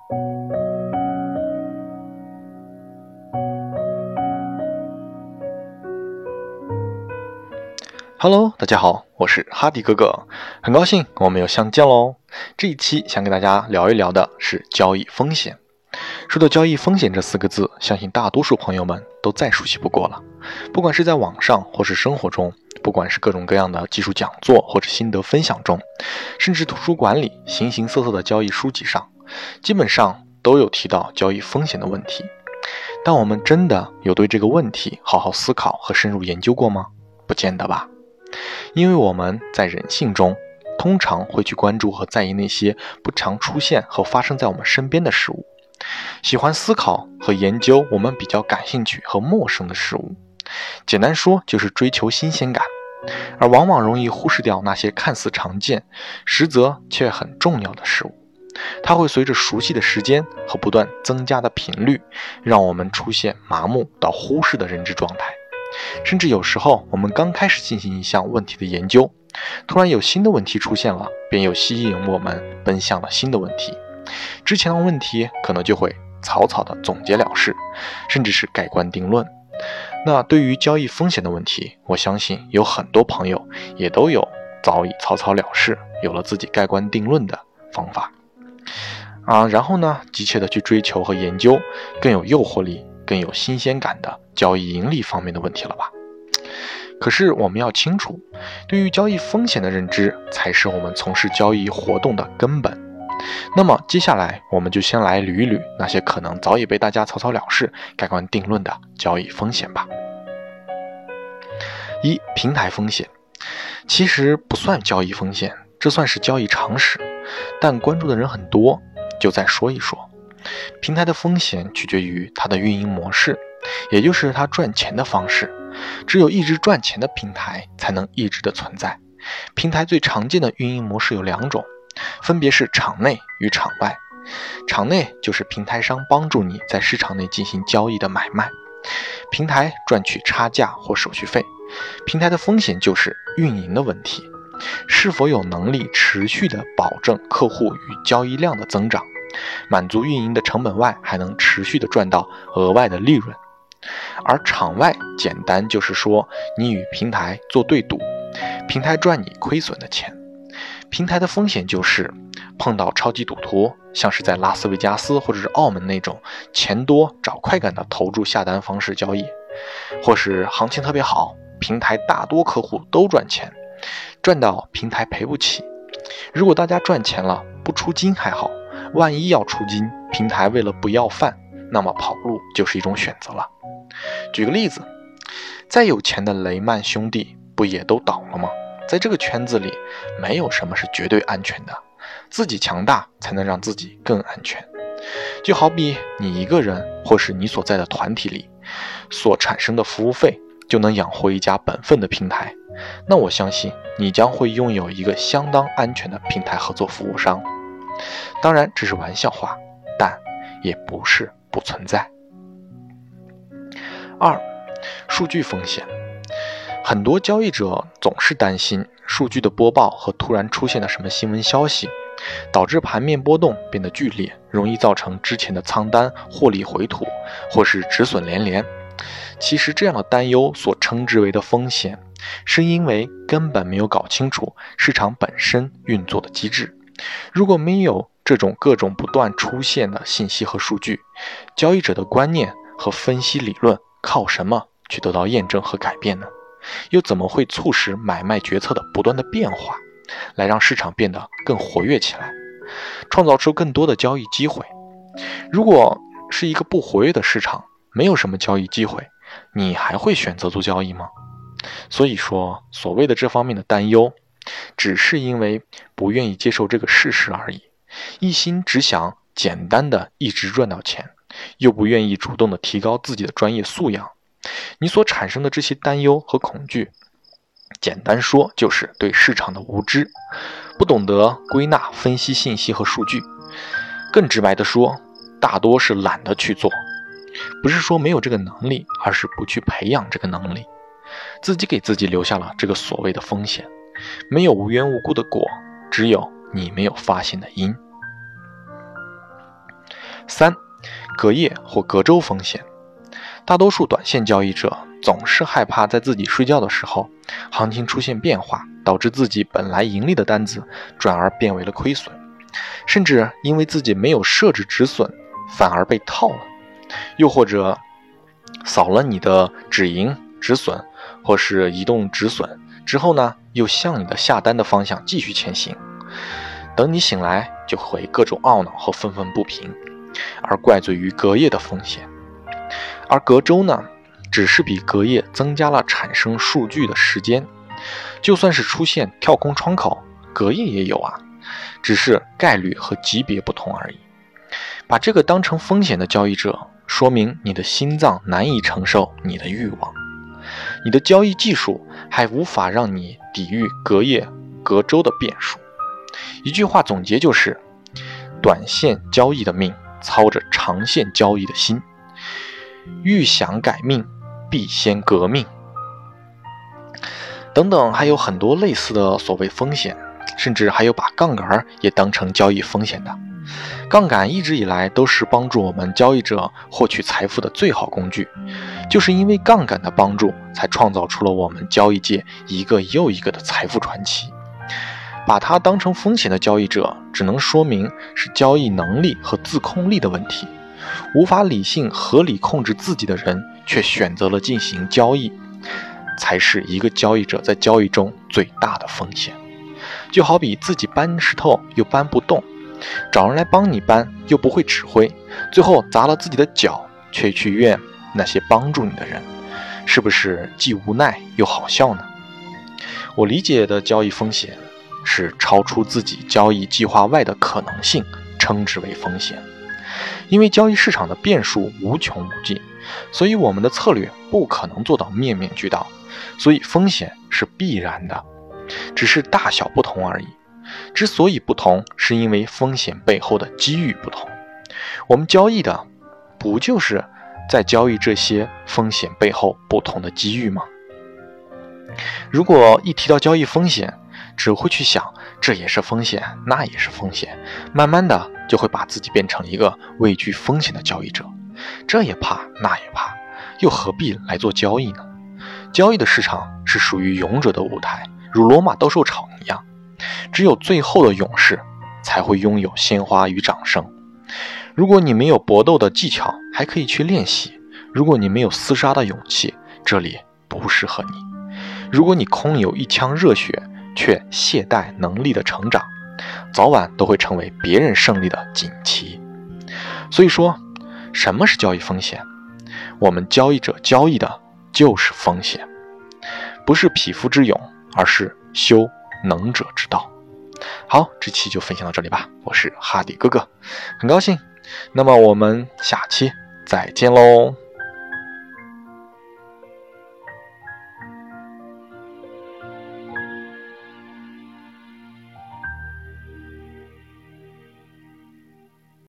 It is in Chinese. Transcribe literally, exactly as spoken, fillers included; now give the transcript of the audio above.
Hello， 大家好，我是哈迪哥哥，很高兴我们又相见喽。这一期想跟大家聊一聊的是交易风险。说到交易风险这四个字，相信大多数朋友们都再熟悉不过了。不管是在网上或是生活中，不管是各种各样的技术讲座或者心得分享中，甚至图书馆里形形色色的交易书籍上，基本上都有提到交易风险的问题。但我们真的有对这个问题好好思考和深入研究过吗？不见得吧。因为我们在人性中通常会去关注和在意那些不常出现和发生在我们身边的事物，喜欢思考和研究我们比较感兴趣和陌生的事物，简单说就是追求新鲜感，而往往容易忽视掉那些看似常见实则却很重要的事物。它会随着熟悉的时间和不断增加的频率，让我们出现麻木到忽视的认知状态。甚至有时候我们刚开始进行一项问题的研究，突然有新的问题出现了，便又吸引我们奔向了新的问题，之前的问题可能就会草草的总结了事，甚至是盖棺定论。那对于交易风险的问题，我相信有很多朋友也都有早已草草了事，有了自己盖棺定论的方法啊，然后呢急切的去追求和研究更有诱惑力更有新鲜感的交易盈利方面的问题了吧。可是我们要清楚，对于交易风险的认知才是我们从事交易活动的根本。那么接下来我们就先来捋一捋那些可能早已被大家草草了事盖棺定论的交易风险吧。一、平台风险。其实不算交易风险，这算是交易常识，但关注的人很多，就再说一说。平台的风险取决于它的运营模式，也就是它赚钱的方式。只有一直赚钱的平台才能一直的存在。平台最常见的运营模式有两种，分别是场内与场外。场内就是平台商帮助你在市场内进行交易的买卖，平台赚取差价或手续费。平台的风险就是运营的问题，是否有能力持续的保证客户与交易量的增长，满足运营的成本外，还能持续的赚到额外的利润。而场外简单就是说，你与平台做对赌，平台赚你亏损的钱。平台的风险就是碰到超级赌徒，像是在拉斯维加斯或者是澳门那种钱多找快感的投注下单方式交易，或是行情特别好，平台大多客户都赚钱，赚到平台赔不起。如果大家赚钱了不出金还好，万一要出金，平台为了不要饭，那么跑路就是一种选择了。举个例子，再有钱的雷曼兄弟不也都倒了吗？在这个圈子里，没有什么是绝对安全的，自己强大才能让自己更安全。就好比你一个人或是你所在的团体里所产生的服务费就能养活一家本分的平台，那我相信你将会拥有一个相当安全的平台合作服务商。当然这是玩笑话，但也不是不存在。二、数据风险。很多交易者总是担心数据的播报和突然出现的什么新闻消息，导致盘面波动变得剧烈，容易造成之前的仓单获利回吐，或是止损连连。其实这样的担忧所称之为的风险，是因为根本没有搞清楚市场本身运作的机制。如果没有这种各种不断出现的信息和数据，交易者的观念和分析理论靠什么去得到验证和改变呢？又怎么会促使买卖决策的不断的变化，来让市场变得更活跃起来，创造出更多的交易机会？如果是一个不活跃的市场，没有什么交易机会，你还会选择做交易吗？所以说，所谓的这方面的担忧，只是因为不愿意接受这个事实而已，一心只想简单的一直赚到钱，又不愿意主动的提高自己的专业素养。你所产生的这些担忧和恐惧，简单说就是对市场的无知，不懂得归纳分析信息和数据。更直白的说，大多是懒得去做，不是说没有这个能力，而是不去培养这个能力，自己给自己留下了这个所谓的风险。没有无缘无故的果，只有你没有发现的因。 三、隔夜或隔周风险。大多数短线交易者总是害怕在自己睡觉的时候，行情出现变化，导致自己本来盈利的单子转而变为了亏损，甚至因为自己没有设置止损，反而被套了，又或者扫了你的止盈、止损或是移动止损之后呢，又向你的下单的方向继续前行。等你醒来，就会各种懊恼和愤愤不平，而怪罪于隔夜的风险。而隔周呢，只是比隔夜增加了产生数据的时间，就算是出现跳空窗口，隔夜也有啊，只是概率和级别不同而已。把这个当成风险的交易者，说明你的心脏难以承受你的欲望，你的交易技术还无法让你抵御隔夜、隔周的变数。一句话总结就是：短线交易的命，操着长线交易的心。欲想改命，必先革命。等等，还有很多类似的所谓风险，甚至还有把杠杆也当成交易风险的。杠杆一直以来都是帮助我们交易者获取财富的最好工具，就是因为杠杆的帮助，才创造出了我们交易界一个又一个的财富传奇。把它当成风险的交易者，只能说明是交易能力和自控力的问题。无法理性合理控制自己的人，却选择了进行交易，才是一个交易者在交易中最大的风险。就好比自己搬石头又搬不动，找人来帮你搬又不会指挥，最后砸了自己的脚，却去怨那些帮助你的人，是不是既无奈又好笑呢？我理解的交易风险是超出自己交易计划外的可能性，称之为风险。因为交易市场的变数无穷无尽，所以我们的策略不可能做到面面俱到，所以风险是必然的，只是大小不同而已。之所以不同，是因为风险背后的机遇不同。我们交易的不就是在交易这些风险背后不同的机遇吗？如果一提到交易风险，只会去想这也是风险，那也是风险，慢慢的就会把自己变成一个畏惧风险的交易者，这也怕那也怕，又何必来做交易呢？交易的市场是属于勇者的舞台，如罗马斗兽场一样，只有最后的勇士才会拥有鲜花与掌声。如果你没有搏斗的技巧，还可以去练习；如果你没有厮杀的勇气，这里不适合你；如果你空有一腔热血，却懈怠能力的成长，早晚都会成为别人胜利的锦旗。所以说，什么是交易风险？我们交易者交易的就是风险，不是匹夫之勇，而是修能者之道。好，这期就分享到这里吧，我是哈迪哥哥，很高兴。那么我们下期再见喽。